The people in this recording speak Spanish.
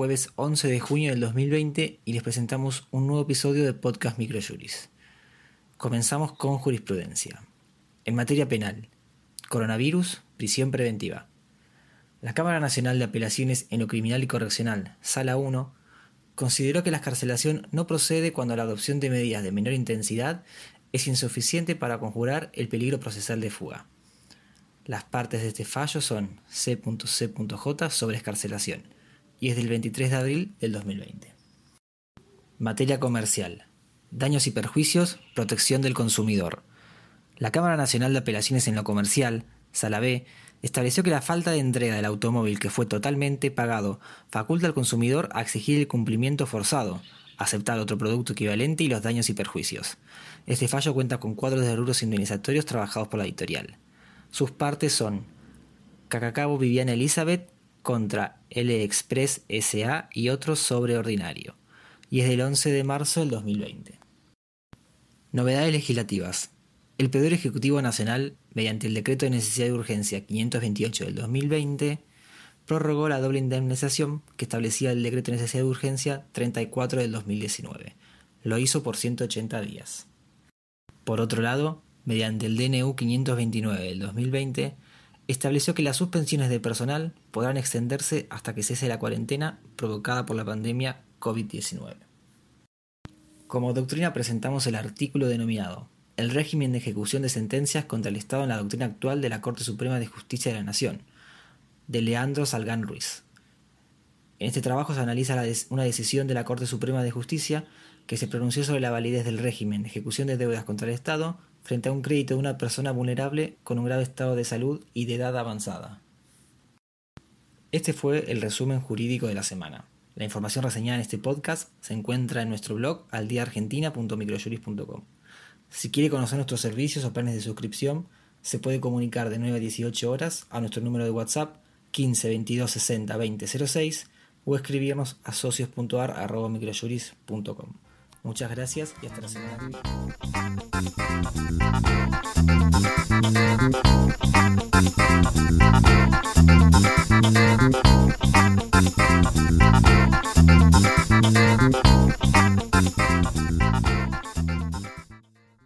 jueves 11 de junio del 2020 y les presentamos un nuevo episodio de Podcast Microjuris. Comenzamos con jurisprudencia. En materia penal, coronavirus, prisión preventiva. La Cámara Nacional de Apelaciones en lo Criminal y Correccional, Sala 1, consideró que la excarcelación no procede cuando la adopción de medidas de menor intensidad es insuficiente para conjurar el peligro procesal de fuga. Las partes de este fallo son C.C.J sobre excarcelación y es del 23 de abril del 2020. Materia comercial. Daños y perjuicios, protección del consumidor. La Cámara Nacional de Apelaciones en lo Comercial, Sala B, estableció que la falta de entrega del automóvil que fue totalmente pagado faculta al consumidor a exigir el cumplimiento forzado, aceptar otro producto equivalente y los daños y perjuicios. Este fallo cuenta con cuadros de rubros indemnizatorios trabajados por la editorial. Sus partes son Cacacabo Viviana Elizabeth contra L Express S.A. y otros sobre ordinario, y es del 11 de marzo del 2020. Novedades legislativas. El Poder Ejecutivo Nacional, mediante el Decreto de Necesidad de Urgencia 528 del 2020, prorrogó la doble indemnización que establecía el Decreto de Necesidad de Urgencia 34 del 2019. Lo hizo por 180 días. Por otro lado, mediante el DNU 529 del 2020, estableció que las suspensiones de personal podrán extenderse hasta que cese la cuarentena provocada por la pandemia COVID-19. Como doctrina presentamos el artículo denominado El régimen de ejecución de sentencias contra el Estado en la doctrina actual de la Corte Suprema de Justicia de la Nación, de Leandro Salgán Ruiz. En este trabajo se analiza una decisión de la Corte Suprema de Justicia que se pronunció sobre la validez del régimen de ejecución de deudas contra el Estado frente a un crédito de una persona vulnerable con un grave estado de salud y de edad avanzada. Este fue el resumen jurídico de la semana. La información reseñada en este podcast se encuentra en nuestro blog aldiaargentina.microjuris.com. Si quiere conocer nuestros servicios o planes de suscripción, se puede comunicar de 9 a 18 horas a nuestro número de WhatsApp 15 22 60 20 06 o escribirnos a socios.ar@microjuris.com. Muchas gracias y hasta la semana que viene.